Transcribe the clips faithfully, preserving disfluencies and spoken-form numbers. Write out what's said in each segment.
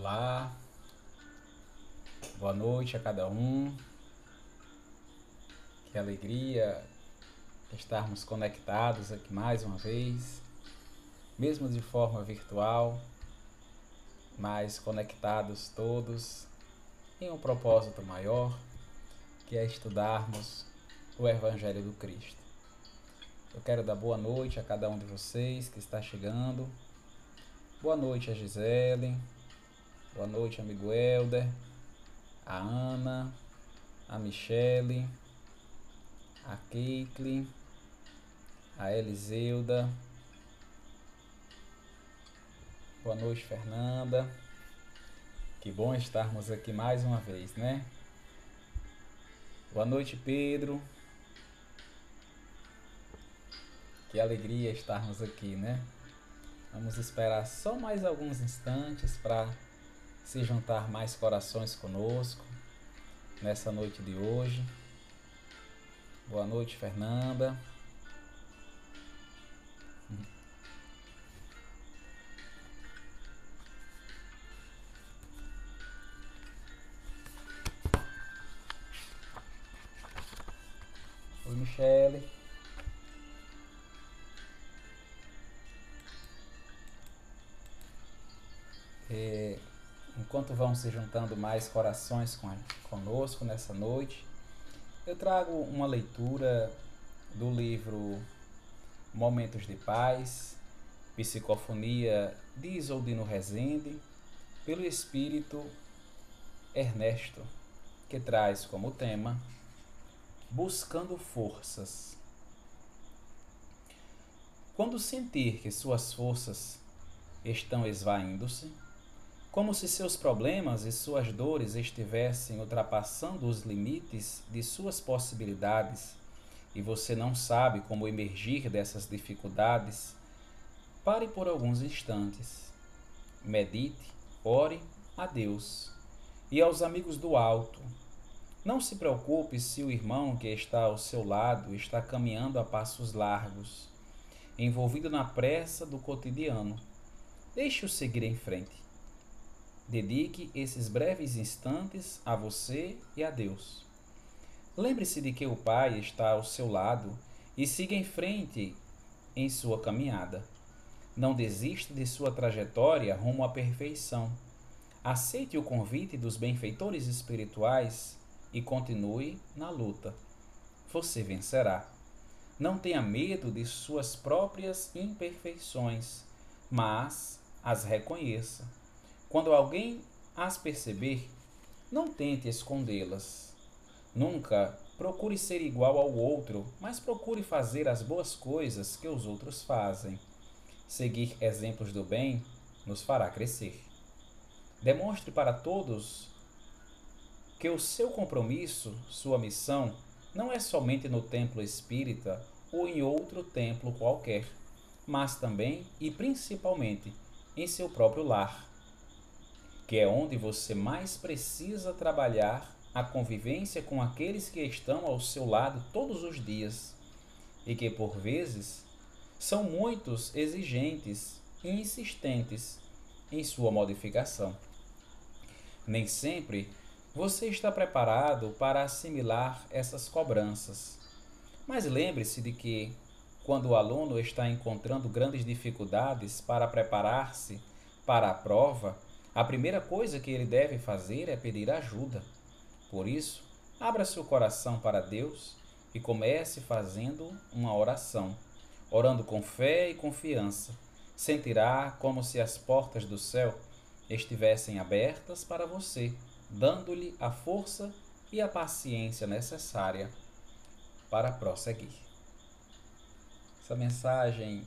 Olá, boa noite a cada um. Que alegria estarmos conectados aqui mais uma vez, mesmo de forma virtual, mas conectados todos em um propósito maior, que é estudarmos o Evangelho do Cristo. Eu quero dar boa noite a cada um de vocês que está chegando. Boa noite a Gisele, boa noite amigo Helder, a Ana, a Michele, a Keitli, a Eliseuda, boa noite Fernanda, que bom estarmos aqui mais uma vez, né? Boa noite Pedro, que alegria estarmos aqui, né? Vamos esperar só mais alguns instantes para se juntar mais corações conosco nessa noite de hoje. Boa noite Fernanda. Oi Michele. É, enquanto vão se juntando mais corações com a, conosco nessa noite, eu trago uma leitura do livro Momentos de Paz, Psicofonia de Isoldino Rezende, pelo espírito Ernesto, que traz como tema Buscando Forças. Quando sentir que suas forças estão esvaindo-se, como se seus problemas e suas dores estivessem ultrapassando os limites de suas possibilidades e você não sabe como emergir dessas dificuldades, pare por alguns instantes. Medite, ore a Deus e aos amigos do alto. Não se preocupe se o irmão que está ao seu lado está caminhando a passos largos, envolvido na pressa do cotidiano. Deixe-o seguir em frente. Dedique esses breves instantes a você e a Deus. Lembre-se de que o Pai está ao seu lado e siga em frente em sua caminhada. Não desista de sua trajetória rumo à perfeição. Aceite o convite dos benfeitores espirituais e continue na luta. Você vencerá. Não tenha medo de suas próprias imperfeições, mas as reconheça. Quando alguém as perceber, não tente escondê-las. Nunca procure ser igual ao outro, mas procure fazer as boas coisas que os outros fazem. Seguir exemplos do bem nos fará crescer. Demonstre para todos que o seu compromisso, sua missão, não é somente no templo espírita ou em outro templo qualquer, mas também e principalmente em seu próprio lar, que é onde você mais precisa trabalhar a convivência com aqueles que estão ao seu lado todos os dias e que, por vezes, são muitos exigentes e insistentes em sua modificação. Nem sempre você está preparado para assimilar essas cobranças, mas lembre-se de que, quando o aluno está encontrando grandes dificuldades para preparar-se para a prova, a primeira coisa que ele deve fazer é pedir ajuda. Por isso, abra seu coração para Deus e comece fazendo uma oração. Orando com fé e confiança, sentirá como se as portas do céu estivessem abertas para você, dando-lhe a força e a paciência necessária para prosseguir. Essa mensagem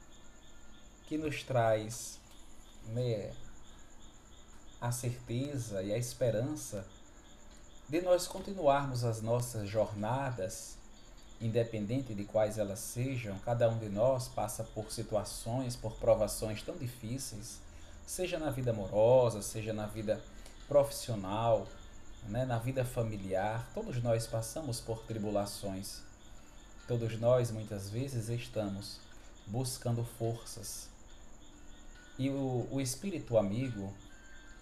que nos traz, né, a certeza e a esperança de nós continuarmos as nossas jornadas, independente de quais elas sejam. Cada um de nós passa por situações, por provações tão difíceis, seja na vida amorosa, seja na vida profissional, né, na vida familiar. Todos nós passamos por tribulações. Todos nós, muitas vezes, estamos buscando forças. E o, o espírito amigo,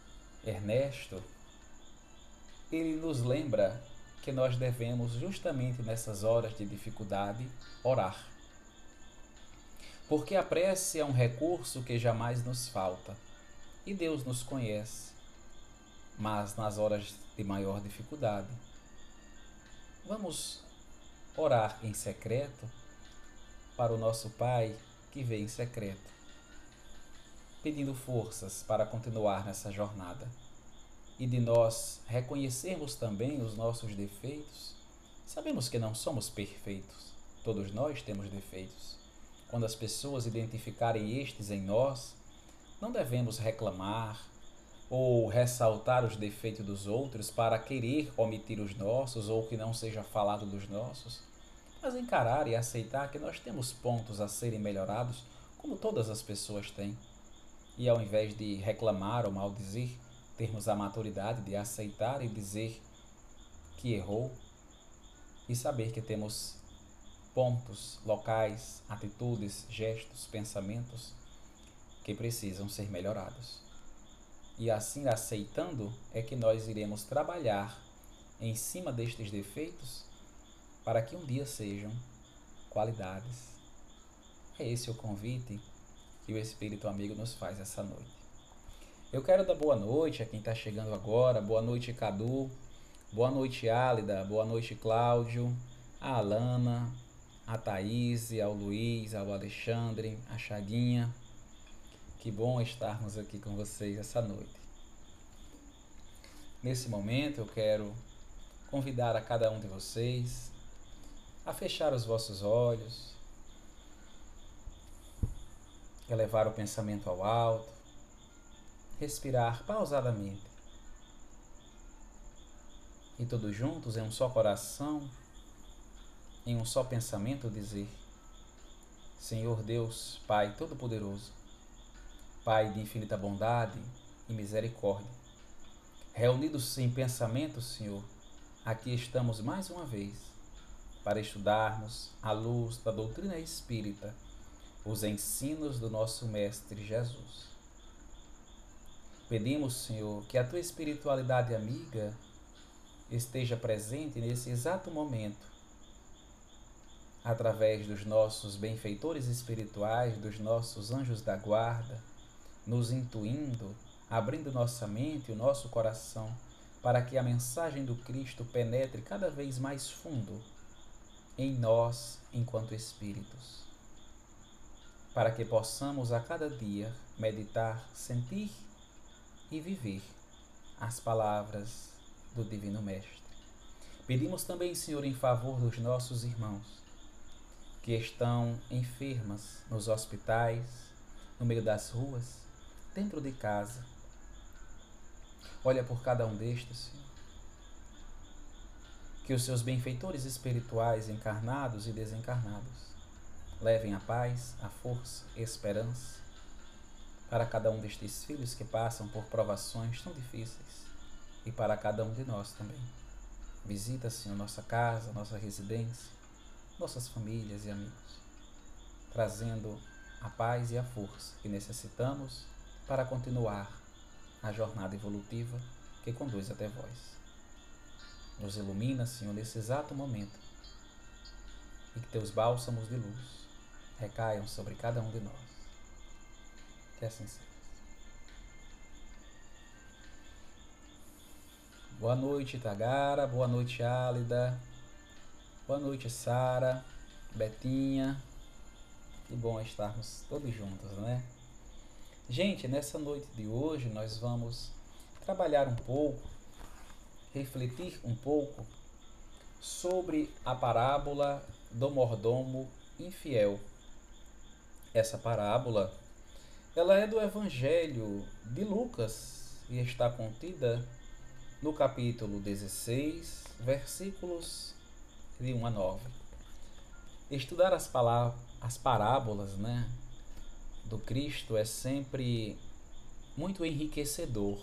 Ernesto, ele nos lembra que nós devemos, justamente nessas horas de dificuldade, orar. Porque a prece é um recurso que jamais nos falta. E Deus nos conhece, mas nas horas de maior dificuldade. Vamos orar em secreto para o nosso Pai que vê em secreto, pedindo forças para continuar nessa jornada. E de nós reconhecermos também os nossos defeitos. Sabemos que não somos perfeitos, todos nós temos defeitos. Quando as pessoas identificarem estes em nós, não devemos reclamar ou ressaltar os defeitos dos outros para querer omitir os nossos ou que não seja falado dos nossos, mas encarar e aceitar que nós temos pontos a serem melhorados, como todas as pessoas têm. E ao invés de reclamar ou maldizer, termos a maturidade de aceitar e dizer que errou e saber que temos pontos, locais, atitudes, gestos, pensamentos que precisam ser melhorados. E assim, aceitando, é que nós iremos trabalhar em cima destes defeitos para que um dia sejam qualidades. É esse o convite que o Espírito Amigo nos faz essa noite. Eu quero dar boa noite a quem está chegando agora. Boa noite, Cadu. Boa noite, Álida. Boa noite, Cláudio. A Alana, a Thaís, ao Luiz, ao Alexandre, a Chaguinha. Que bom estarmos aqui com vocês essa noite. Nesse momento eu quero convidar a cada um de vocês a fechar os vossos olhos, elevar o pensamento ao alto, respirar pausadamente e todos juntos em um só coração, em um só pensamento dizer: Senhor Deus, Pai Todo-Poderoso, Pai de infinita bondade e misericórdia, reunidos em pensamento, Senhor, aqui estamos mais uma vez para estudarmos, à luz da doutrina espírita, os ensinos do nosso Mestre Jesus. Pedimos, Senhor, que a Tua espiritualidade amiga esteja presente nesse exato momento, através dos nossos benfeitores espirituais, dos nossos anjos da guarda, nos intuindo, abrindo nossa mente e o nosso coração para que a mensagem do Cristo penetre cada vez mais fundo em nós enquanto espíritos, para que possamos a cada dia meditar, sentir e viver as palavras do Divino Mestre. Pedimos também, Senhor, em favor dos nossos irmãos que estão enfermas nos hospitais, no meio das ruas, dentro de casa. Olha por cada um destes, Senhor. Que os seus benfeitores espirituais, encarnados e desencarnados, levem a paz, a força e a esperança para cada um destes filhos que passam por provações tão difíceis e para cada um de nós também. Visita, Senhor, nossa casa, nossa residência, nossas famílias e amigos, trazendo a paz e a força que necessitamos para continuar a jornada evolutiva que conduz até vós. Nos ilumina, Senhor, nesse exato momento e que teus bálsamos de luz recaiam sobre cada um de nós. Que assim seja. Boa noite, Tagara. Boa noite, Álida. Boa noite, Sara, Betinha. Que bom estarmos todos juntos, né? Gente, nessa noite de hoje nós vamos trabalhar um pouco, refletir um pouco sobre a parábola do mordomo infiel. Essa parábola, ela é do Evangelho de Lucas e está contida no capítulo dezesseis, versículos de um a nove. Estudar as, palavras, as parábolas, né, do Cristo é sempre muito enriquecedor.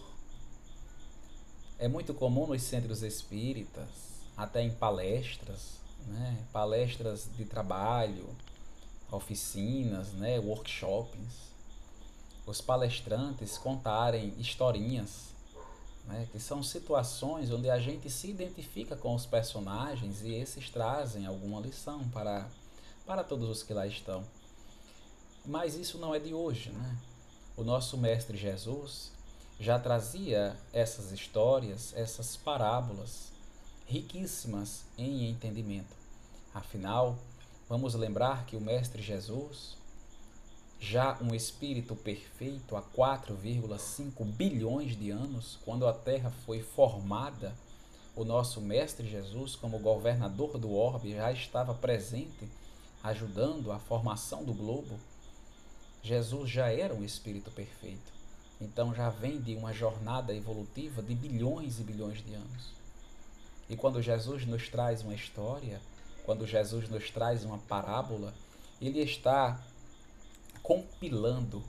É muito comum nos centros espíritas, até em palestras, né, palestras de trabalho, oficinas, né, workshops, os palestrantes contarem historinhas né, que são situações onde a gente se identifica com os personagens e esses trazem alguma lição para, para todos os que lá estão. Mas isso não é de hoje, né? O nosso Mestre Jesus já trazia essas histórias, essas parábolas, riquíssimas em entendimento. Afinal, vamos lembrar que o Mestre Jesus, já um espírito perfeito há quatro vírgula cinco bilhões de anos, quando a Terra foi formada, o nosso Mestre Jesus, como governador do orbe, já estava presente, ajudando a formação do globo. Jesus já era um espírito perfeito. Então já vem de uma jornada evolutiva de bilhões e bilhões de anos. E quando Jesus nos traz uma história, quando Jesus nos traz uma parábola, ele está compilando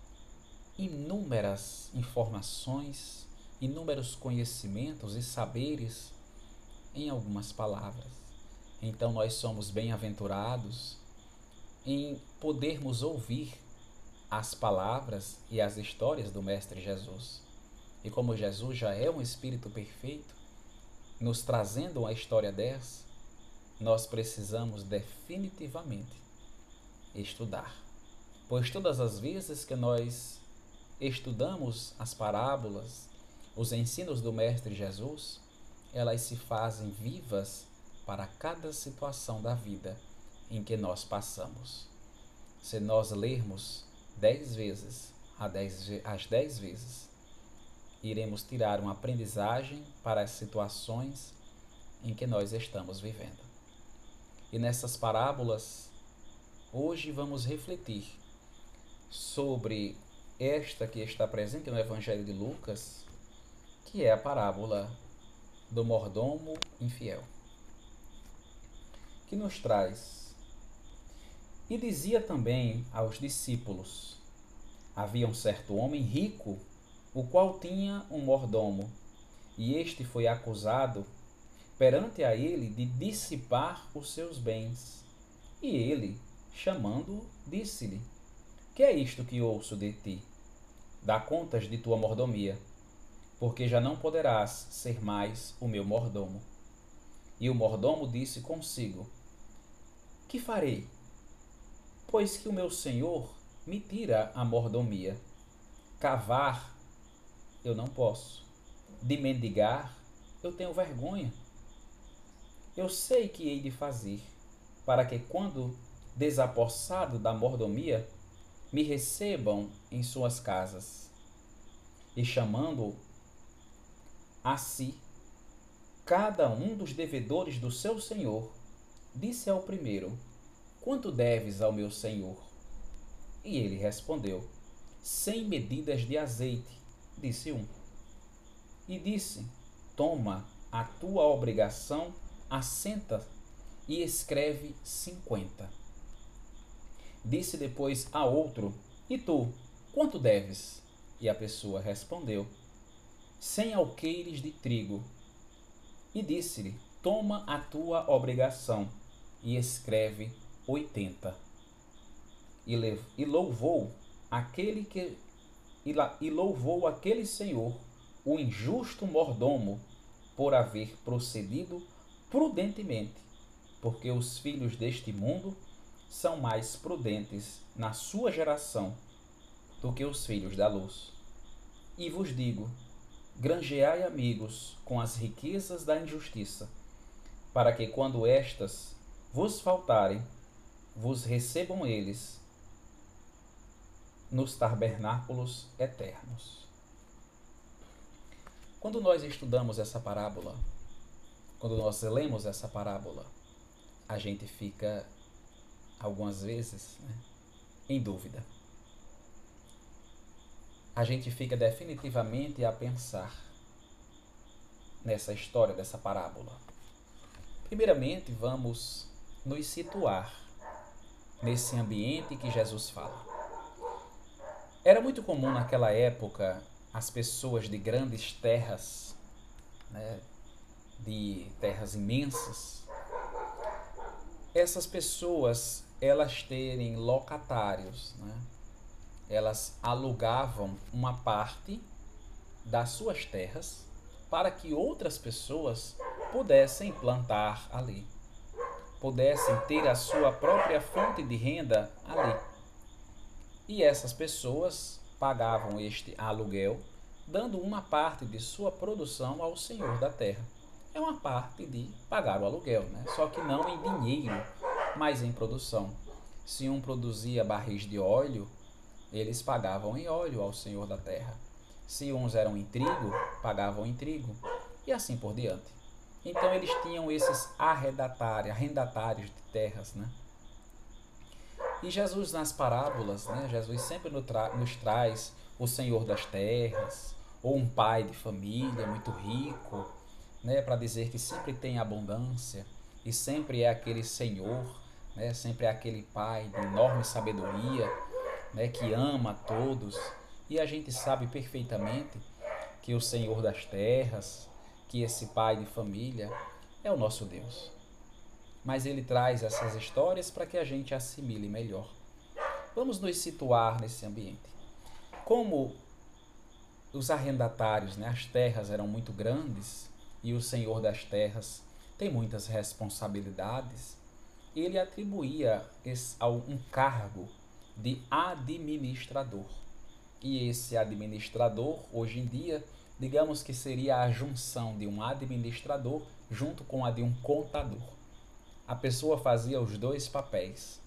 inúmeras informações, inúmeros conhecimentos e saberes em algumas palavras. Então nós somos bem-aventurados em podermos ouvir as palavras e as histórias do Mestre Jesus. E como Jesus já é um Espírito perfeito, nos trazendo uma história dessa, nós precisamos definitivamente estudar. Pois todas as vezes que nós estudamos as parábolas, os ensinos do Mestre Jesus, elas se fazem vivas para cada situação da vida em que nós passamos. Se nós lermos dez vezes, às dez vezes, iremos tirar uma aprendizagem para as situações em que nós estamos vivendo. E nessas parábolas, hoje vamos refletir sobre esta que está presente no Evangelho de Lucas, que é a parábola do mordomo infiel, que nos traz: e dizia também aos discípulos: havia um certo homem rico, o qual tinha um mordomo, e este foi acusado perante a ele de dissipar os seus bens. E ele, chamando-o, disse-lhe: que é isto que ouço de ti? Dá contas de tua mordomia, porque já não poderás ser mais o meu mordomo. E o mordomo disse consigo: que farei? Pois que o meu senhor me tira a mordomia. Cavar eu não posso, de mendigar eu tenho vergonha. Eu sei que hei de fazer, para que quando desapossado da mordomia, me recebam em suas casas. E chamando a si cada um dos devedores do seu senhor, disse ao primeiro: quanto deves ao meu senhor? E ele respondeu: cem medidas de azeite, disse um. E disse: toma a tua obrigação, assenta e escreve cinquenta. Disse depois a outro: e tu, quanto deves? E a pessoa respondeu: cem alqueires de trigo. E disse-lhe: toma a tua obrigação e escreve oitenta. E, lev, e louvou aquele que e, la, e louvou aquele senhor, o injusto mordomo, por haver procedido prudentemente, porque os filhos deste mundo são mais prudentes na sua geração do que os filhos da luz. E vos digo: granjeai amigos com as riquezas da injustiça, para que quando estas vos faltarem, vos recebam eles nos tabernáculos eternos. Quando nós estudamos essa parábola, quando nós lemos essa parábola, a gente fica, algumas vezes, né, em dúvida. A gente fica definitivamente a pensar nessa história, dessa parábola. Primeiramente, vamos nos situar nesse ambiente que Jesus fala. Era muito comum naquela época as pessoas de grandes terras, né, de terras imensas, essas pessoas, elas terem locatários, né? Elas alugavam uma parte das suas terras para que outras pessoas pudessem plantar ali, pudessem ter a sua própria fonte de renda ali. E essas pessoas pagavam este aluguel, dando uma parte de sua produção ao senhor da terra. É uma parte de pagar o aluguel, né? Só que não em dinheiro, mas em produção. Se um produzia barris de óleo, eles pagavam em óleo ao senhor da terra. Se uns eram em trigo, pagavam em trigo, e assim por diante. Então eles tinham esses arrendatários, arrendatários de terras, né? E Jesus nas parábolas, né? Jesus sempre nos, tra nos traz o senhor das terras, ou um pai de família muito rico, né? Para dizer que sempre tem abundância, e sempre é aquele senhor, né? Sempre é aquele pai de enorme sabedoria, né? Que ama a todos. E a gente sabe perfeitamente que o Senhor das terras, que esse pai de família é o nosso Deus. Mas ele traz essas histórias para que a gente assimile melhor. Vamos nos situar nesse ambiente. Como os arrendatários, né, as terras eram muito grandes e o Senhor das terras tem muitas responsabilidades, ele atribuía um cargo de administrador. E esse administrador, hoje em dia, digamos que seria a junção de um administrador junto com a de um contador. A pessoa fazia os dois papéis.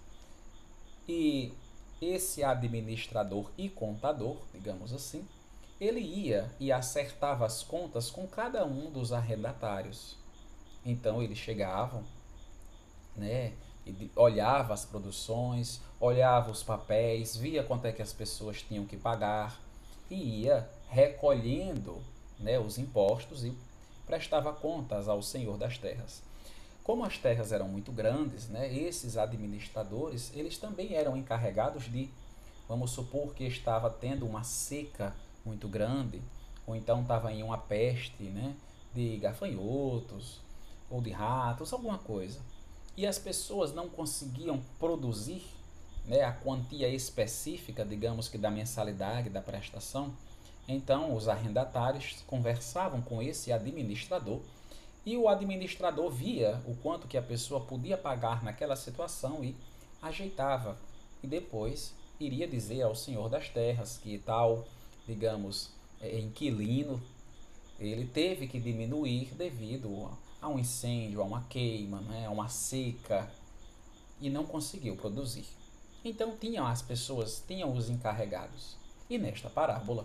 E esse administrador e contador, digamos assim, ele ia e acertava as contas com cada um dos arrendatários. Então eles chegavam, né, e olhava as produções, olhava os papéis, via quanto é que as pessoas tinham que pagar e ia recolhendo, né, os impostos e prestava contas ao senhor das terras. Como as terras eram muito grandes, né, esses administradores, eles também eram encarregados de, vamos supor que estava tendo uma seca muito grande, ou então estava em uma peste, né, de gafanhotos ou de ratos, alguma coisa. E as pessoas não conseguiam produzir, né, a quantia específica, digamos que da mensalidade, da prestação. Então os arrendatários conversavam com esse administrador e o administrador via o quanto que a pessoa podia pagar naquela situação e ajeitava. E depois iria dizer ao senhor das terras que tal, digamos, inquilino, ele teve que diminuir devido a um incêndio, a uma queima, né, a uma seca, e não conseguiu produzir. Então tinham as pessoas, tinham os encarregados. E nesta parábola,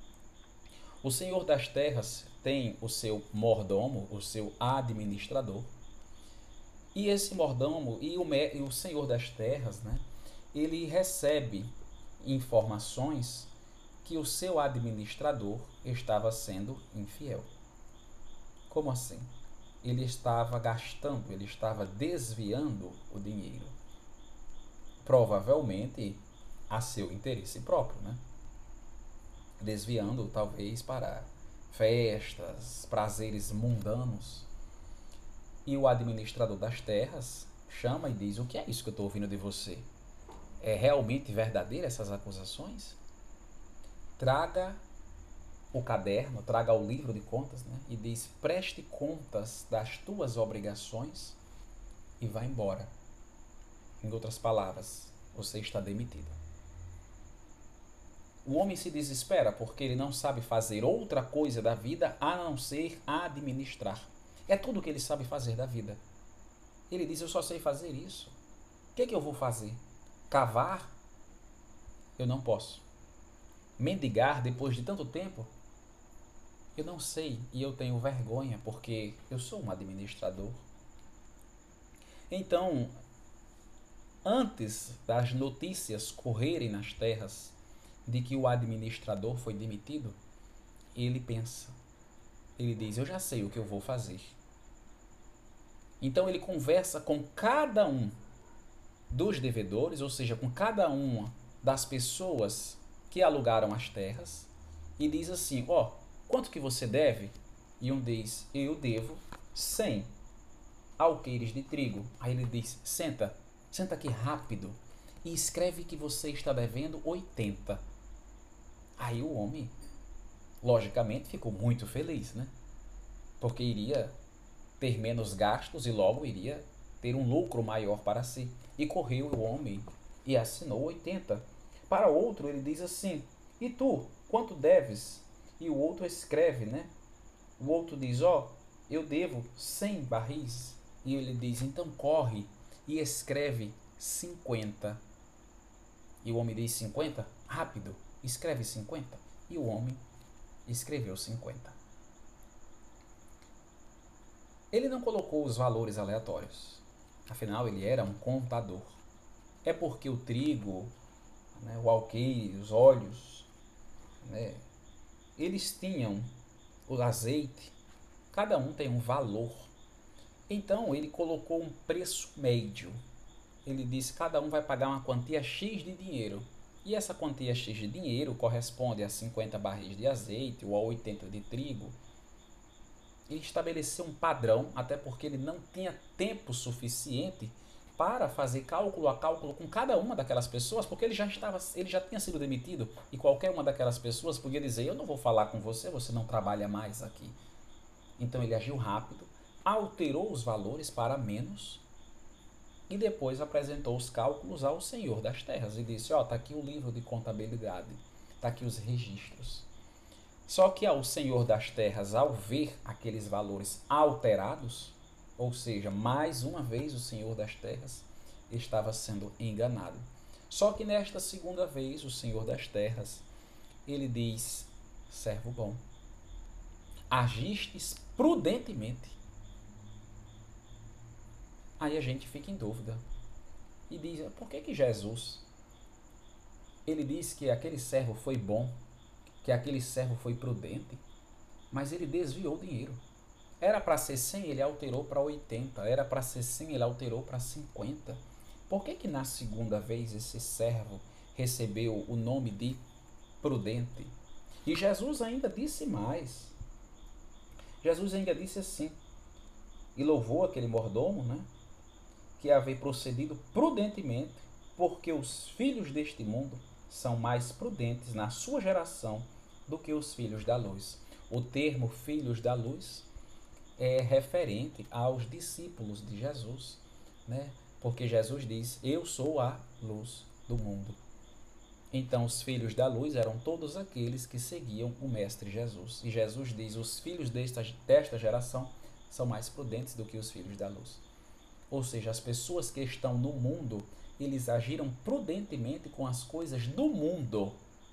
o senhor das terras tem o seu mordomo, o seu administrador, e esse mordomo e o, e o senhor das terras, né, ele recebe informações que o seu administrador estava sendo infiel. Como assim? Ele estava gastando, ele estava desviando o dinheiro. Provavelmente a seu interesse próprio, né? Desviando talvez para festas, prazeres mundanos. E o administrador das terras chama e diz: o que é isso que eu estou ouvindo de você? É realmente verdadeira essas acusações? Traga o caderno, traga o livro de contas, né? E diz: preste contas das tuas obrigações e vá embora. Em outras palavras, você está demitido. O homem se desespera porque ele não sabe fazer outra coisa da vida a não ser administrar. É tudo que ele sabe fazer da vida. Ele diz: eu só sei fazer isso. O que é que eu vou fazer? Cavar? Eu não posso. Mendigar depois de tanto tempo? Eu não sei e eu tenho vergonha porque eu sou um administrador. Então, antes das notícias correrem nas terras de que o administrador foi demitido, ele pensa, ele diz: eu já sei o que eu vou fazer. Então ele conversa com cada um dos devedores, ou seja, com cada uma das pessoas que alugaram as terras, e diz assim: ó, quanto que você deve? E um diz: eu devo cem alqueires de trigo. Aí ele diz: senta, senta aqui rápido e escreve que você está devendo oitenta. Aí o homem, logicamente ficou muito feliz, né? Porque iria ter menos gastos e logo iria ter um lucro maior para si. E correu o homem e assinou oitenta. Para outro ele diz assim: e tu, quanto deves? E o outro escreve, né? O outro diz: ó, oh, eu devo cem barris. E ele diz: então corre e escreve cinquenta. E o homem diz: cinquenta? Rápido, escreve cinquenta. E o homem escreveu cinquenta. Ele não colocou os valores aleatórios. Afinal, ele era um contador. É porque o trigo, né, o alqueire, os óleos, né, eles tinham o azeite, cada um tem um valor. Então, ele colocou um preço médio. Ele disse que cada um vai pagar uma quantia X de dinheiro. E essa quantia X de dinheiro corresponde a cinquenta barris de azeite ou a oitenta de trigo. Ele estabeleceu um padrão, até porque ele não tinha tempo suficiente para fazer cálculo a cálculo com cada uma daquelas pessoas, porque ele já estava, ele já tinha sido demitido e qualquer uma daquelas pessoas podia dizer: eu não vou falar com você, você não trabalha mais aqui. Então ele agiu rápido, alterou os valores para menos e depois apresentou os cálculos ao Senhor das Terras e disse: ó, está aqui o livro de contabilidade, está aqui os registros. Só que ao Senhor das Terras, ao ver aqueles valores alterados, ou seja, mais uma vez o Senhor das Terras estava sendo enganado. Só que nesta segunda vez, o Senhor das Terras, ele diz: servo bom, agistes prudentemente. Aí a gente fica em dúvida e diz: por que que Jesus, ele diz que aquele servo foi bom, que aquele servo foi prudente, mas ele desviou o dinheiro? Era para ser cem, ele alterou para oitenta. Era para ser cem, ele alterou para cinquenta. Por que que na segunda vez esse servo recebeu o nome de prudente? E Jesus ainda disse mais. Jesus ainda disse assim, e louvou aquele mordomo, né, que havia procedido prudentemente, porque os filhos deste mundo são mais prudentes na sua geração do que os filhos da luz. O termo filhos da luz é referente aos discípulos de Jesus, né? Porque Jesus diz: eu sou a luz do mundo. Então os filhos da luz eram todos aqueles que seguiam o Mestre Jesus. E Jesus diz: os filhos desta, desta geração são mais prudentes do que os filhos da luz. Ou seja, as pessoas que estão no mundo, eles agiram prudentemente com as coisas do mundo.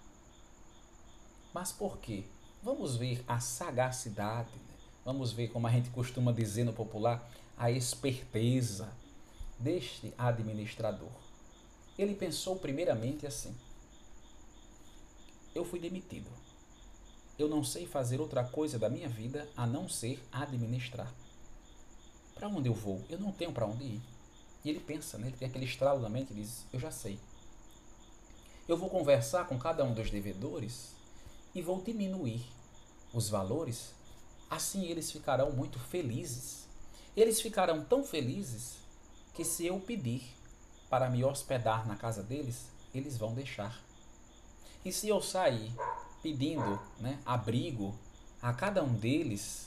Mas por quê? Vamos ver a sagacidade, né? Vamos ver, como a gente costuma dizer no popular, a esperteza deste administrador. Ele pensou primeiramente assim: eu fui demitido. Eu não sei fazer outra coisa da minha vida a não ser administrar. Para onde eu vou? Eu não tenho para onde ir. E ele pensa, né? Ele tem aquele estralo na mente e diz: eu já sei. Eu vou conversar com cada um dos devedores e vou diminuir os valores. Assim eles ficarão muito felizes. Eles ficarão tão felizes que, se eu pedir para me hospedar na casa deles, eles vão deixar. E se eu sair pedindo, né, abrigo a cada um deles,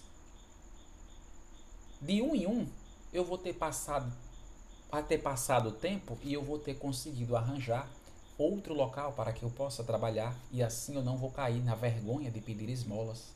de um em um, eu vou ter passado, vai ter passado o tempo e eu vou ter conseguido arranjar outro local para que eu possa trabalhar, e assim eu não vou cair na vergonha de pedir esmolas.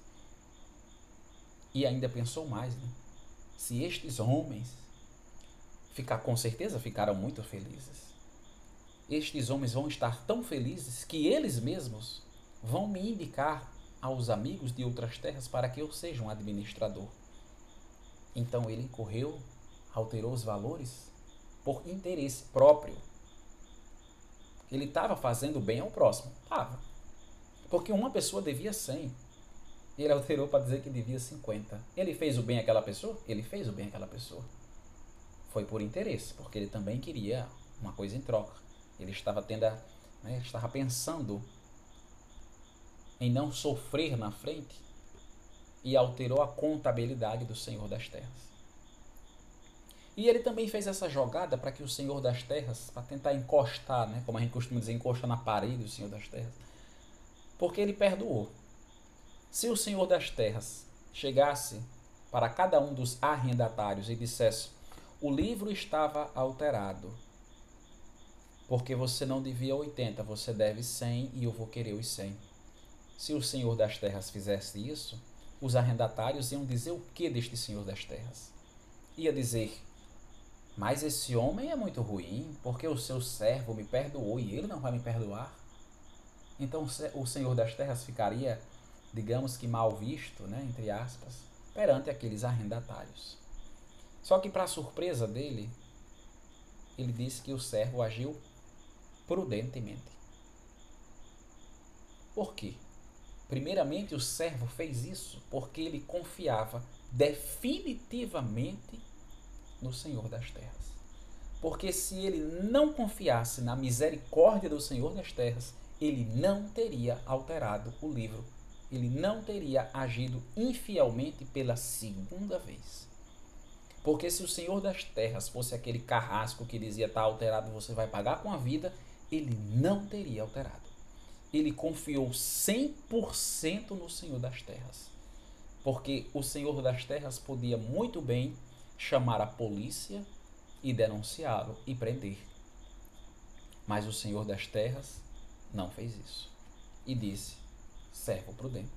E ainda pensou mais, né? Se estes homens ficar, com certeza ficaram muito felizes. Estes homens vão estar tão felizes que eles mesmos vão me indicar aos amigos de outras terras para que eu seja um administrador. Então ele correu, alterou os valores por interesse próprio. Ele estava fazendo bem ao próximo? Estava. Porque uma pessoa devia cem. Ele alterou para dizer que devia cinquenta. Ele fez o bem àquela pessoa? Ele fez o bem àquela pessoa. Foi por interesse, porque ele também queria uma coisa em troca. Ele estava tendo a, né, ele estava pensando em não sofrer na frente e alterou a contabilidade do Senhor das Terras. E ele também fez essa jogada para que o Senhor das Terras, para tentar encostar, né, como a gente costuma dizer, encostar na parede do Senhor das Terras, porque ele perdoou. Se o senhor das terras chegasse para cada um dos arrendatários e dissesse: o livro estava alterado, porque você não devia oitenta, você deve cem e eu vou querer os cem. Se o senhor das terras fizesse isso, os arrendatários iam dizer o que deste senhor das terras? Ia dizer: mas esse homem é muito ruim, porque o seu servo me perdoou e ele não vai me perdoar. Então o senhor das terras ficaria, digamos que mal visto, né, entre aspas, perante aqueles arrendatários. Só que, para surpresa dele, ele disse que o servo agiu prudentemente. Por quê? Primeiramente, o servo fez isso porque ele confiava definitivamente no Senhor das terras. Porque se ele não confiasse na misericórdia do Senhor das terras, ele não teria alterado o livro. Ele não teria agido infielmente pela segunda vez. Porque se o Senhor das terras fosse aquele carrasco que dizia: está alterado, você vai pagar com a vida, ele não teria alterado. Ele confiou cem por cento no Senhor das terras. Porque o Senhor das terras podia muito bem chamar a polícia e denunciá-lo e prender. Mas o Senhor das terras não fez isso. E disse: servo prudente.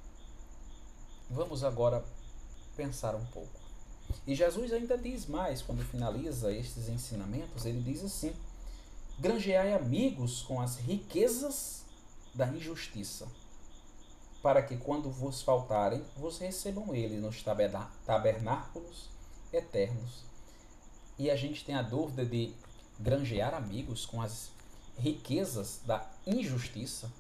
Vamos agora pensar um pouco. E Jesus ainda diz mais, quando finaliza estes ensinamentos, ele diz assim: granjeai amigos com as riquezas da injustiça, para que quando vos faltarem, vos recebam eles nos tabernáculos eternos. E a gente tem a dúvida de granjear amigos com as riquezas da injustiça.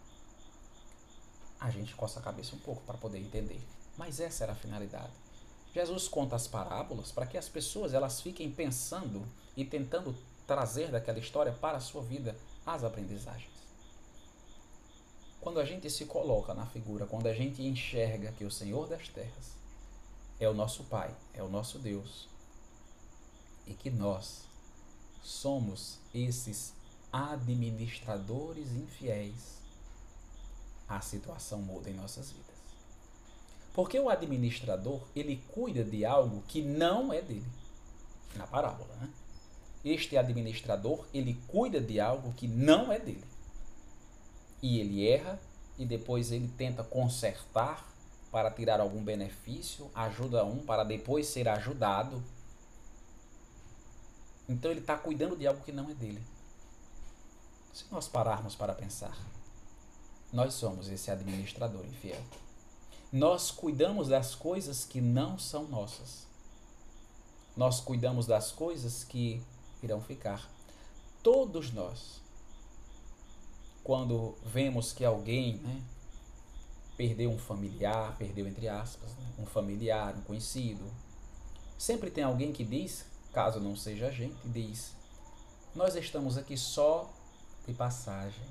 A gente coça a cabeça um pouco para poder entender. Mas essa era a finalidade. Jesus conta as parábolas para que as pessoas elas fiquem pensando e tentando trazer daquela história para a sua vida as aprendizagens. Quando a gente se coloca na figura, quando a gente enxerga que o Senhor das terras é o nosso Pai, é o nosso Deus, e que nós somos esses administradores infiéis, a situação muda em nossas vidas. Porque o administrador, ele cuida de algo que não é dele. Na parábola, né? Este administrador, ele cuida de algo que não é dele. E ele erra e depois ele tenta consertar para tirar algum benefício, ajuda um para depois ser ajudado. Então ele está cuidando de algo que não é dele. Se nós pararmos para pensar, nós somos esse administrador infiel. Nós cuidamos das coisas que não são nossas. Nós cuidamos das coisas que irão ficar. Todos nós, quando vemos que alguém, né, perdeu um familiar, perdeu entre aspas, né, um familiar, um conhecido, sempre tem alguém que diz, caso não seja a gente, diz: nós estamos aqui só de passagem.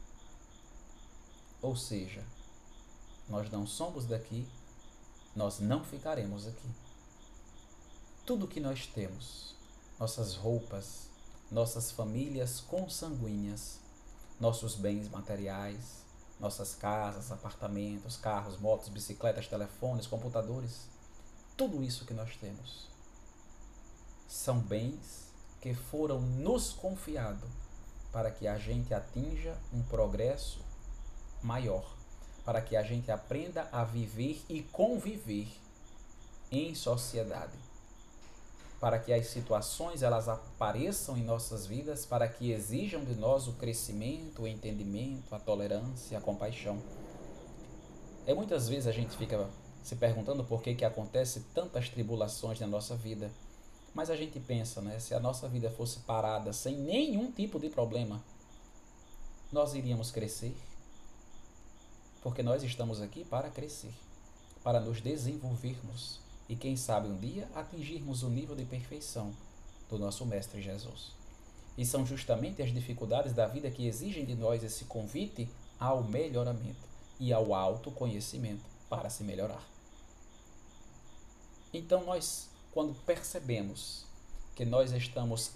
Ou seja, nós não somos daqui, nós não ficaremos aqui. Tudo que nós temos, nossas roupas, nossas famílias consanguíneas, nossos bens materiais, nossas casas, apartamentos, carros, motos, bicicletas, telefones, computadores, tudo isso que nós temos são bens que foram nos confiados para que a gente atinja um progresso maior, para que a gente aprenda a viver e conviver em sociedade, para que as situações elas apareçam em nossas vidas, para que exijam de nós o crescimento, o entendimento, a tolerância, a compaixão. E muitas vezes a gente fica se perguntando por que que acontece tantas tribulações na nossa vida, mas a gente pensa, né, se a nossa vida fosse parada sem nenhum tipo de problema, nós iríamos crescer, porque nós estamos aqui para crescer, para nos desenvolvermos e quem sabe um dia atingirmos o nível de perfeição do nosso Mestre Jesus. E são justamente as dificuldades da vida que exigem de nós esse convite ao melhoramento e ao autoconhecimento para se melhorar. Então nós, quando percebemos que nós estamos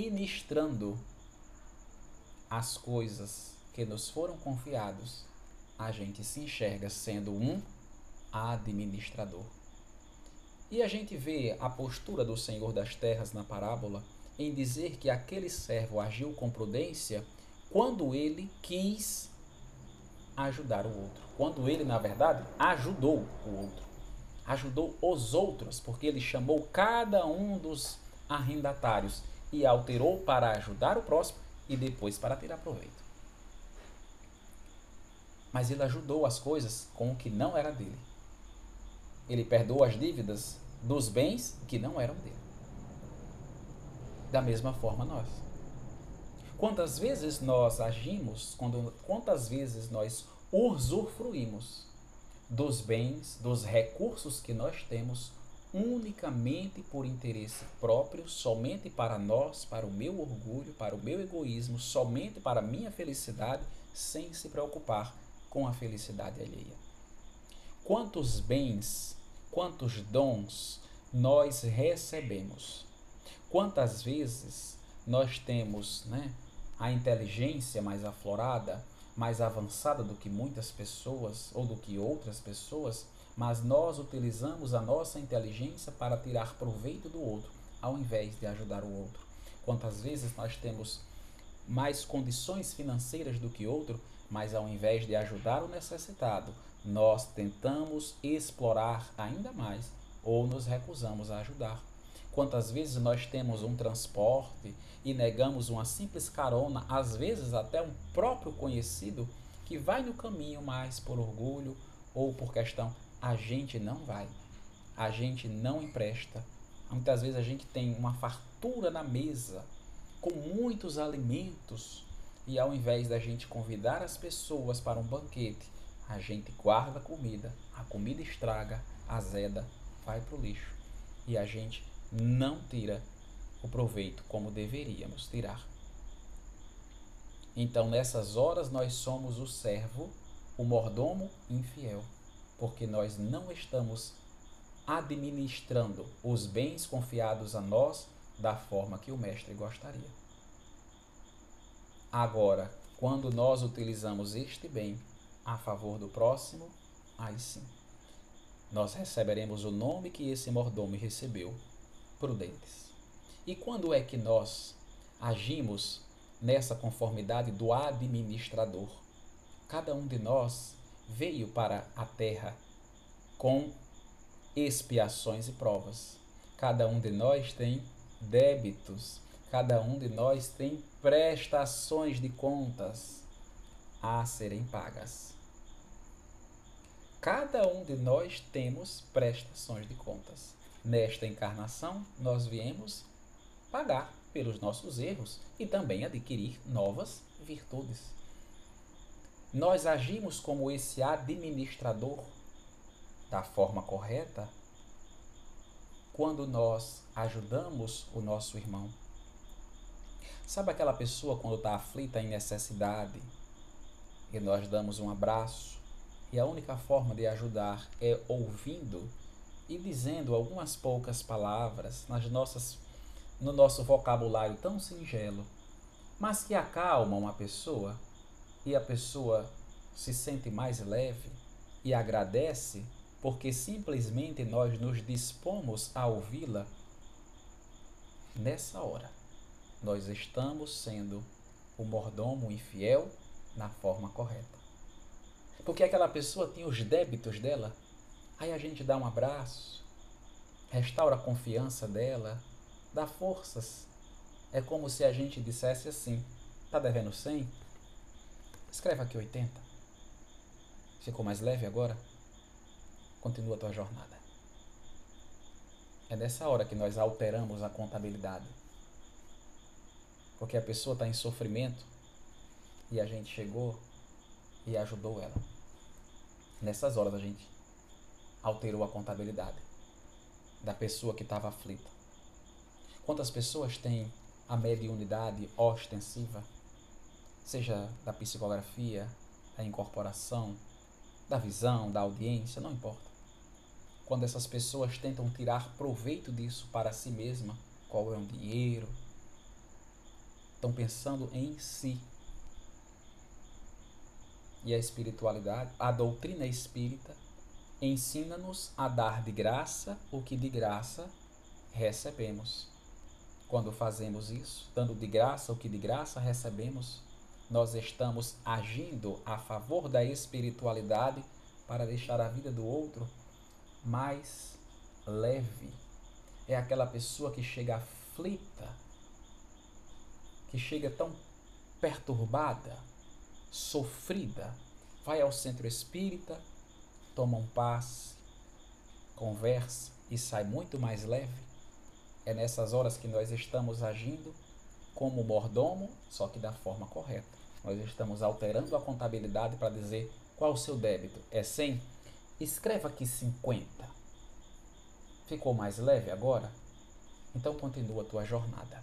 administrando as coisas que nos foram confiadas, a gente se enxerga sendo um administrador. E a gente vê a postura do Senhor das Terras na parábola em dizer que aquele servo agiu com prudência quando ele quis ajudar o outro. Quando ele, na verdade, ajudou o outro. Ajudou os outros, porque ele chamou cada um dos arrendatários e alterou para ajudar o próximo e depois para tirar proveito. Mas ele ajudou as coisas com o que não era dele. Ele perdoou as dívidas dos bens que não eram dele. Da mesma forma nós. Quantas vezes nós agimos, quando, quantas vezes nós usufruímos dos bens, dos recursos que nós temos unicamente por interesse próprio, somente para nós, para o meu orgulho, para o meu egoísmo, somente para a minha felicidade, sem se preocupar com a felicidade alheia. Quantos bens, quantos dons nós recebemos? Quantas vezes nós temos, né, a inteligência mais aflorada, mais avançada do que muitas pessoas ou do que outras pessoas, mas nós utilizamos a nossa inteligência para tirar proveito do outro, ao invés de ajudar o outro. Quantas vezes nós temos mais condições financeiras do que outro, mas ao invés de ajudar o necessitado, nós tentamos explorar ainda mais ou nos recusamos a ajudar. Quantas vezes nós temos um transporte e negamos uma simples carona, às vezes até um próprio conhecido que vai no caminho, mas por orgulho ou por questão, a gente não vai, a gente não empresta. Muitas vezes a gente tem uma fartura na mesa, com muitos alimentos, e ao invés da gente convidar as pessoas para um banquete, a gente guarda a comida, a comida estraga, azeda, vai para o lixo, e a gente não tira o proveito como deveríamos tirar. Então, nessas horas, nós somos o servo, o mordomo infiel, porque nós não estamos administrando os bens confiados a nós da forma que o mestre gostaria. Agora, quando nós utilizamos este bem a favor do próximo, aí sim, nós receberemos o nome que esse mordomo recebeu, prudentes. E quando é que nós agimos nessa conformidade do administrador? Cada um de nós veio para a terra com expiações e provas. Cada um de nós tem débitos. Cada um de nós tem prestações de contas a serem pagas. Cada um de nós temos prestações de contas. Nesta encarnação, nós viemos pagar pelos nossos erros e também adquirir novas virtudes. Nós agimos como esse administrador da forma correta quando nós ajudamos o nosso irmão. Sabe aquela pessoa quando está aflita em necessidade e nós damos um abraço e a única forma de ajudar é ouvindo e dizendo algumas poucas palavras nas nossas, no nosso vocabulário tão singelo, mas que acalma uma pessoa e a pessoa se sente mais leve e agradece porque simplesmente nós nos dispomos a ouvi-la. Nessa hora, nós estamos sendo o mordomo infiel na forma correta. Porque aquela pessoa tem os débitos dela, aí a gente dá um abraço, restaura a confiança dela, dá forças. É como se a gente dissesse assim: tá devendo cem? Escreve aqui oitenta. Ficou mais leve agora? Continua a tua jornada. É nessa hora que nós alteramos a contabilidade. Porque a pessoa está em sofrimento e a gente chegou e ajudou ela. Nessas horas a gente alterou a contabilidade da pessoa que estava aflita. Quantas pessoas têm a mediunidade ostensiva, seja da psicografia, da incorporação, da visão, da audiência, não importa. Quando essas pessoas tentam tirar proveito disso para si mesma, qual é o dinheiro, estão pensando em si. e a espiritualidade, a doutrina espírita, ensina-nos a dar de graça o que de graça recebemos. Quando fazemos isso, dando de graça o que de graça recebemos, nós estamos agindo a favor da espiritualidade para deixar a vida do outro mais leve. É aquela pessoa que chega aflita, que chega tão perturbada, sofrida, vai ao centro espírita, toma um passe, conversa e sai muito mais leve. É nessas horas que nós estamos agindo como mordomo, só que da forma correta. Nós estamos alterando a contabilidade para dizer qual o seu débito. É cem? Escreva aqui cinquenta. Ficou mais leve agora? Então continua a tua jornada.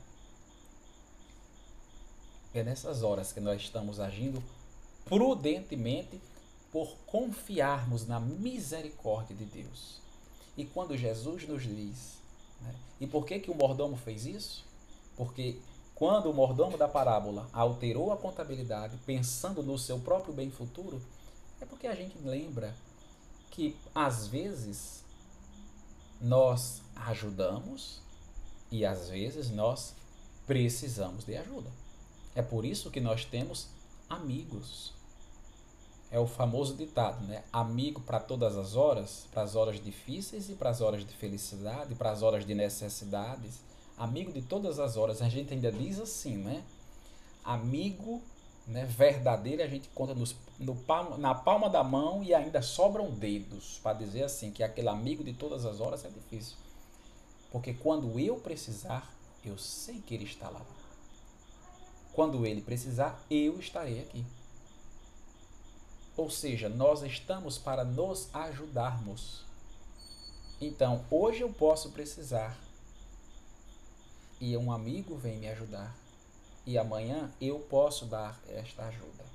É nessas horas que nós estamos agindo prudentemente por confiarmos na misericórdia de Deus. E quando Jesus nos diz, né, e por que que o mordomo fez isso? Porque quando o mordomo da parábola alterou a contabilidade pensando no seu próprio bem futuro, é porque a gente lembra que às vezes nós ajudamos e às vezes nós precisamos de ajuda. É por isso que nós temos amigos. É o famoso ditado, né? Amigo para todas as horas, para as horas difíceis e para as horas de felicidade, para as horas de necessidades. Amigo de todas as horas. A gente ainda diz assim, né? Amigo, né, verdadeiro, a gente conta nos, no palma, na palma da mão e ainda sobram dedos para dizer assim, que aquele amigo de todas as horas é difícil. Porque quando eu precisar, eu sei que ele está lá. Quando ele precisar, eu estarei aqui. Ou seja, nós estamos para nos ajudarmos. Então, hoje eu posso precisar e um amigo vem me ajudar. E amanhã eu posso dar esta ajuda.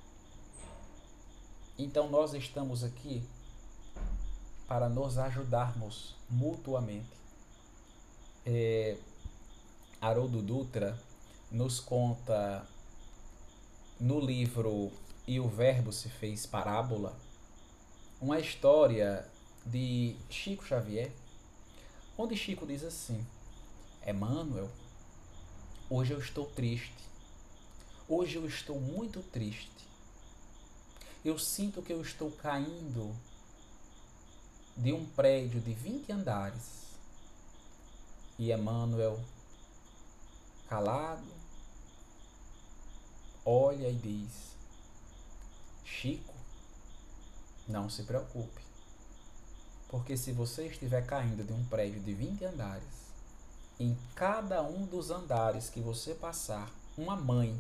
Então, nós estamos aqui para nos ajudarmos mutuamente. É, Haroldo Dutra nos conta no livro E o Verbo se fez parábola, uma história de Chico Xavier, onde Chico diz assim: Emmanuel, hoje eu estou triste, hoje eu estou muito triste, eu sinto que eu estou caindo de um prédio de vinte andares. E Emmanuel, calado, olha e diz: Chico, não se preocupe, porque se você estiver caindo de um prédio de vinte andares, em cada um dos andares que você passar, uma mãe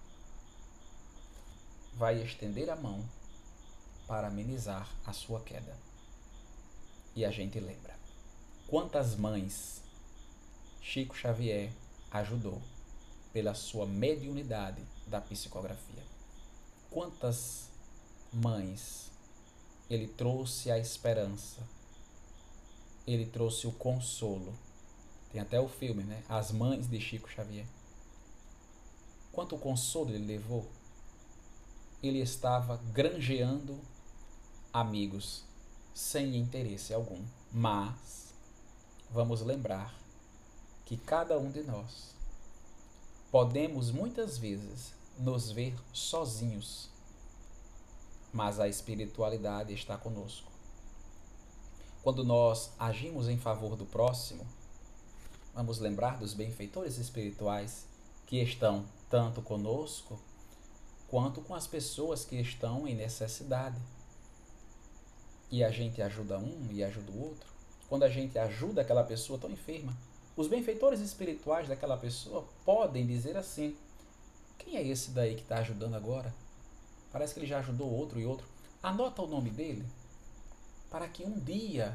vai estender a mão para amenizar a sua queda. E a gente lembra quantas mães Chico Xavier ajudou pela sua mediunidade da psicografia. Quantas mães ele trouxe a esperança, ele trouxe o consolo. Tem até o filme, né? As Mães de Chico Xavier. Quanto consolo ele levou? Ele estava granjeando amigos sem interesse algum. Mas vamos lembrar que cada um de nós podemos muitas vezes nos ver sozinhos, mas a espiritualidade está conosco. Quando nós agimos em favor do próximo, vamos lembrar dos benfeitores espirituais que estão tanto conosco quanto com as pessoas que estão em necessidade. E a gente ajuda um e ajuda o outro. Quando a gente ajuda aquela pessoa tão enferma, os benfeitores espirituais daquela pessoa podem dizer assim: quem é esse daí que está ajudando agora? Parece que ele já ajudou outro e outro. Anota o nome dele, para que um dia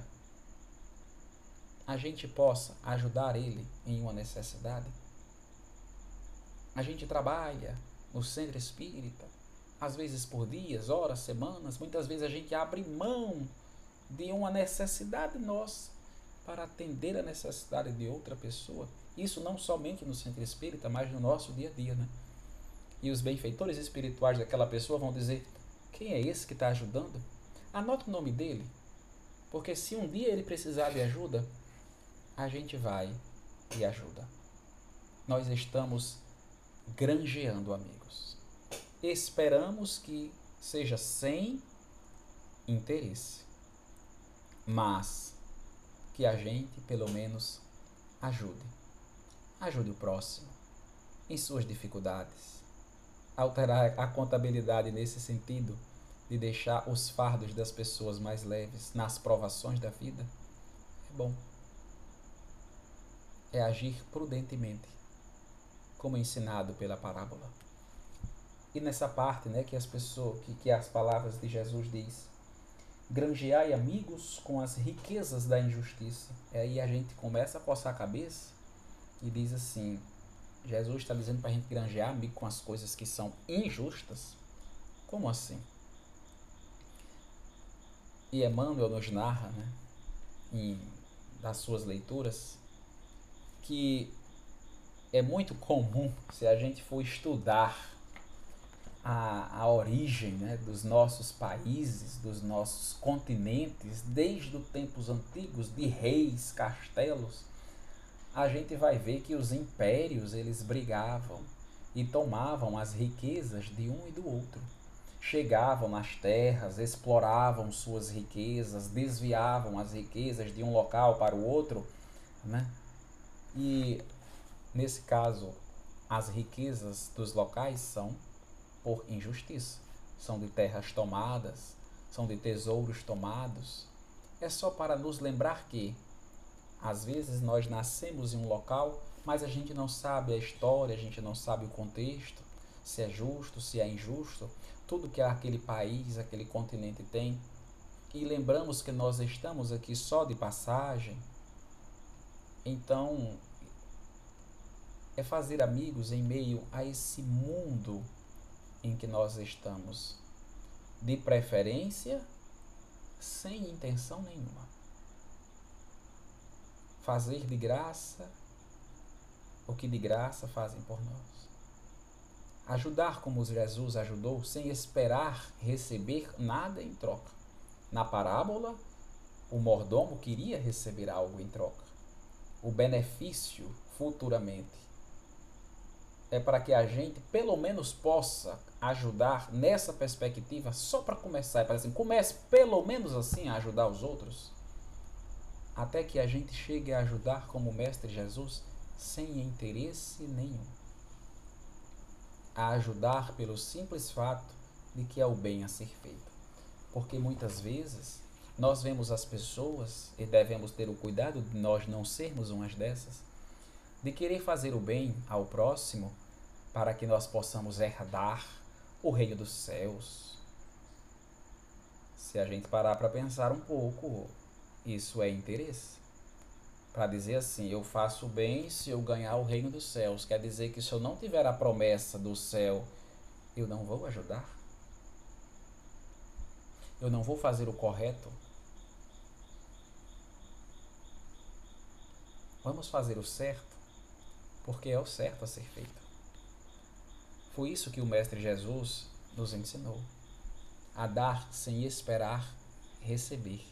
a gente possa ajudar ele em uma necessidade. A gente trabalha no centro espírita, às vezes por dias, horas, semanas. Muitas vezes a gente abre mão de uma necessidade nossa para atender a necessidade de outra pessoa. Isso não somente no centro espírita, mas no nosso dia a dia, né? E os benfeitores espirituais daquela pessoa vão dizer: Quem é esse que está ajudando? Anota o nome dele, porque se um dia ele precisar de ajuda, a gente vai e ajuda. Nós estamos granjeando amigos. Esperamos que seja sem interesse, mas que a gente, pelo menos, ajude. Ajude o próximo em suas dificuldades. Alterar a contabilidade nesse sentido de deixar os fardos das pessoas mais leves nas provações da vida é bom. É agir prudentemente, como ensinado pela parábola. E nessa parte, né, que as pessoas, que, que as palavras de Jesus diz, granjeai amigos com as riquezas da injustiça. E aí a gente começa a coçar a cabeça e diz assim, Jesus está dizendo para a gente granjear amigo com as coisas que são injustas? Como assim? E Emmanuel nos narra, né, em, das suas leituras, que é muito comum, se a gente for estudar a, a origem, né, dos nossos países, dos nossos continentes, desde os tempos antigos, de reis, castelos, a gente vai ver que os impérios, eles brigavam e tomavam as riquezas de um e do outro. Chegavam nas terras, exploravam suas riquezas, desviavam as riquezas de um local para o outro, né? E, nesse caso, as riquezas dos locais são por injustiça. São de terras tomadas, são de tesouros tomados. É só para nos lembrar que, às vezes, nós nascemos em um local, mas a gente não sabe a história, a gente não sabe o contexto, se é justo, se é injusto, tudo que aquele país, aquele continente tem. E lembramos que nós estamos aqui só de passagem. Então, é fazer amigos em meio a esse mundo em que nós estamos, de preferência, sem intenção nenhuma. Fazer de graça o que de graça fazem por nós. Ajudar como Jesus ajudou, sem esperar receber nada em troca. Na parábola, o mordomo queria receber algo em troca. O benefício futuramente é para que a gente pelo menos possa ajudar nessa perspectiva, só para começar, é para assim, comece pelo menos assim a ajudar os outros, até que a gente chegue a ajudar como o Mestre Jesus sem interesse nenhum. A ajudar pelo simples fato de que é o bem a ser feito. Porque muitas vezes nós vemos as pessoas, e devemos ter o cuidado de nós não sermos umas dessas, de querer fazer o bem ao próximo para que nós possamos herdar o reino dos céus. Se a gente parar para pensar um pouco, isso é interesse. Para dizer assim, eu faço bem se eu ganhar o reino dos céus. Quer dizer que se eu não tiver a promessa do céu, eu não vou ajudar? Eu não vou fazer o correto? Vamos fazer o certo, porque é o certo a ser feito. Foi isso que o Mestre Jesus nos ensinou, a dar sem esperar receber.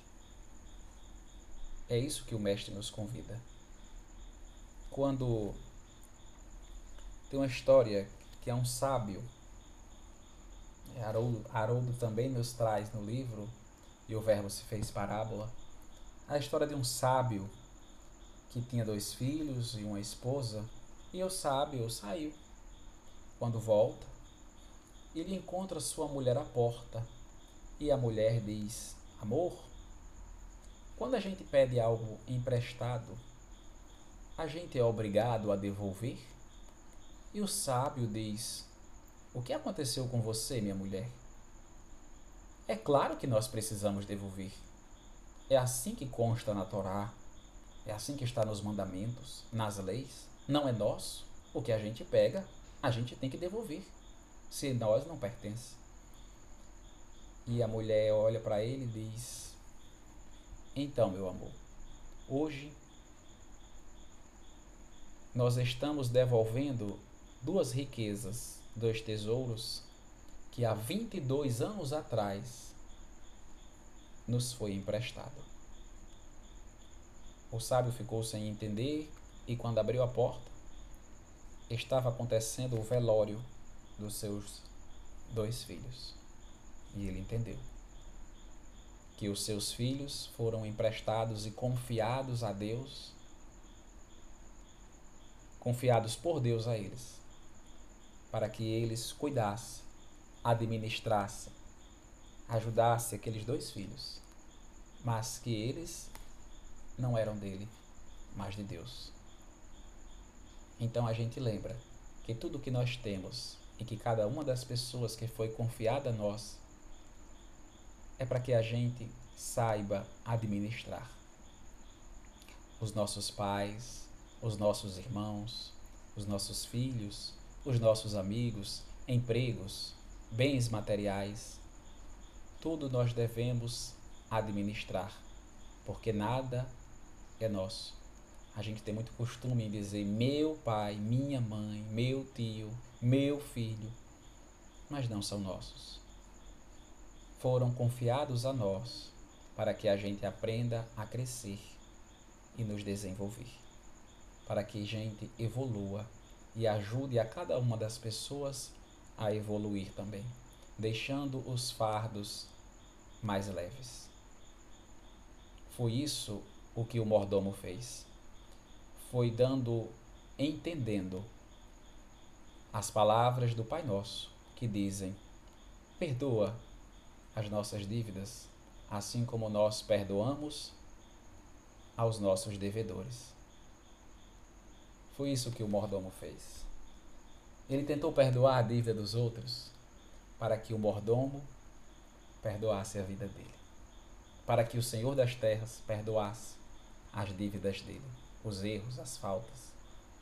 É isso que o Mestre nos convida. Quando tem uma história que é um sábio, Haroldo, Haroldo também nos traz no livro, e o verbo se fez parábola, a história de um sábio que tinha dois filhos e uma esposa, e o sábio saiu. Quando volta, ele encontra sua mulher à porta, e a mulher diz, amor, quando a gente pede algo emprestado, a gente é obrigado a devolver? E o sábio diz, o que aconteceu com você, minha mulher? É claro que nós precisamos devolver. É assim que consta na Torá, é assim que está nos mandamentos, nas leis. Não é nosso. O que a gente pega, a gente tem que devolver. Se nós não pertence. E a mulher olha para ele e diz, então, meu amor, hoje nós estamos devolvendo duas riquezas, dois tesouros, que há vinte e dois anos atrás nos foi emprestado. O sábio ficou sem entender e, quando abriu a porta, estava acontecendo o velório dos seus dois filhos. E ele entendeu que os seus filhos foram emprestados e confiados a Deus, confiados por Deus a eles, para que eles cuidassem, administrassem, ajudassem aqueles dois filhos, mas que eles não eram dele, mas de Deus. Então a gente lembra que tudo que nós temos e que cada uma das pessoas que foi confiada a nós é para que a gente saiba administrar. Os nossos pais, os nossos irmãos, os nossos filhos, os nossos amigos, empregos, bens materiais, tudo nós devemos administrar, porque nada é nosso. A gente tem muito costume em dizer meu pai, minha mãe, meu tio, meu filho, mas não são nossos. Foram confiados a nós para que a gente aprenda a crescer e nos desenvolver, para que a gente evolua e ajude a cada uma das pessoas a evoluir também, deixando os fardos mais leves. Foi isso o que o mordomo fez. Foi dando, entendendo as palavras do Pai Nosso, que dizem: perdoa as nossas dívidas, assim como nós perdoamos aos nossos devedores. Foi isso que o mordomo fez. Ele tentou perdoar a dívida dos outros para que o mordomo perdoasse a vida dele, para que o Senhor das terras perdoasse as dívidas dele, os erros, as faltas.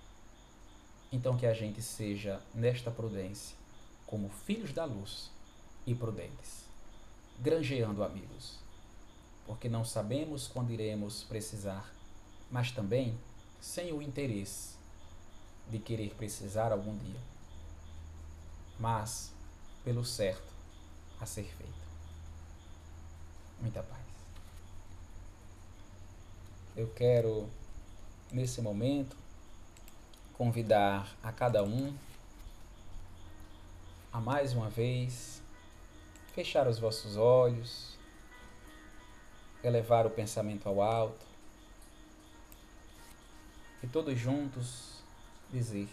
Então que a gente seja, nesta prudência, como filhos da luz e prudentes, granjeando amigos, porque não sabemos quando iremos precisar, mas também sem o interesse de querer precisar algum dia, mas pelo certo a ser feito. Muita paz. Eu quero, nesse momento, convidar a cada um a mais uma vez fechar os vossos olhos, elevar o pensamento ao alto e todos juntos dizer: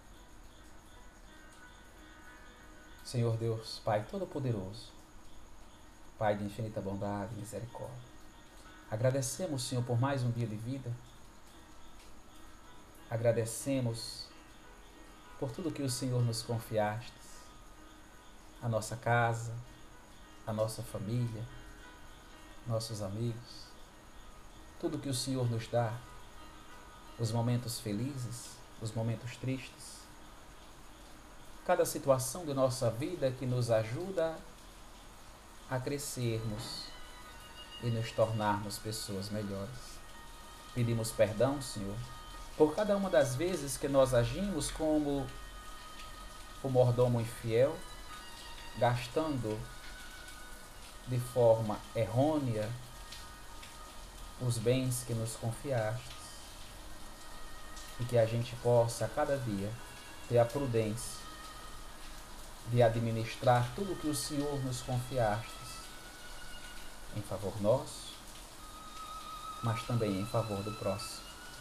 Senhor Deus, Pai Todo-Poderoso, Pai de infinita bondade e misericórdia, agradecemos, Senhor, por mais um dia de vida. Agradecemos por tudo que o Senhor nos confiaste, a nossa casa, a nossa família, nossos amigos, tudo que o Senhor nos dá, os momentos felizes, os momentos tristes, cada situação de nossa vida que nos ajuda a crescermos e nos tornarmos pessoas melhores. Pedimos perdão, Senhor, por cada uma das vezes que nós agimos como o mordomo infiel, gastando de forma errônea os bens que nos confiastes, e que a gente possa a cada dia ter a prudência de administrar tudo que o Senhor nos confiastes em favor nosso, mas também em favor do próximo.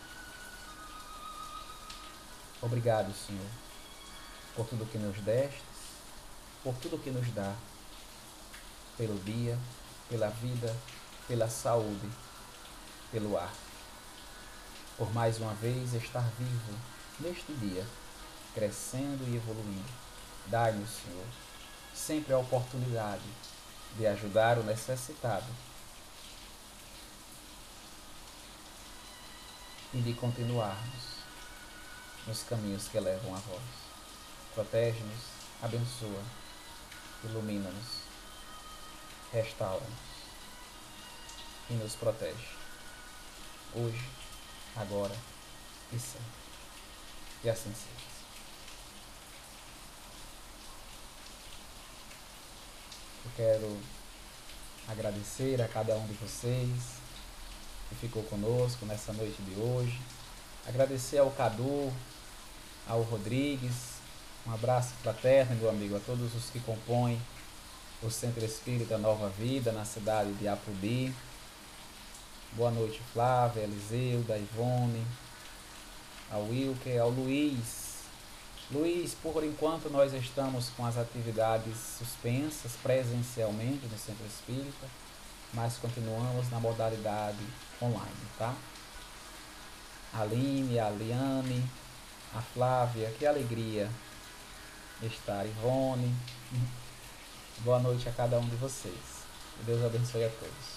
Obrigado, Senhor, por tudo que nos destes, por tudo que nos dá, pelo dia, pela vida, pela saúde, pelo ar. Por mais uma vez estar vivo neste dia, crescendo e evoluindo. Dai-nos, Senhor, sempre a oportunidade de ajudar o necessitado e de continuarmos nos caminhos que levam a vós. Protege-nos, abençoa, ilumina-nos, restaura-nos e nos protege, hoje, agora e sempre. E assim seja. Eu quero agradecer a cada um de vocês que ficou conosco nessa noite de hoje. Agradecer ao Cadu, ao Rodrigues. Um abraço fraterno, meu amigo, a todos os que compõem o Centro Espírita Nova Vida, na cidade de Apodi. Boa noite, Flávia, Eliseuda, Ivone, ao Wilker, ao Luiz. Luiz, por enquanto nós estamos com as atividades suspensas presencialmente no Centro Espírita, mas continuamos na modalidade online, tá? A Aline, a Liane, a Flávia, que alegria estar, Ivone. Boa noite a cada um de vocês. Que Deus abençoe a todos.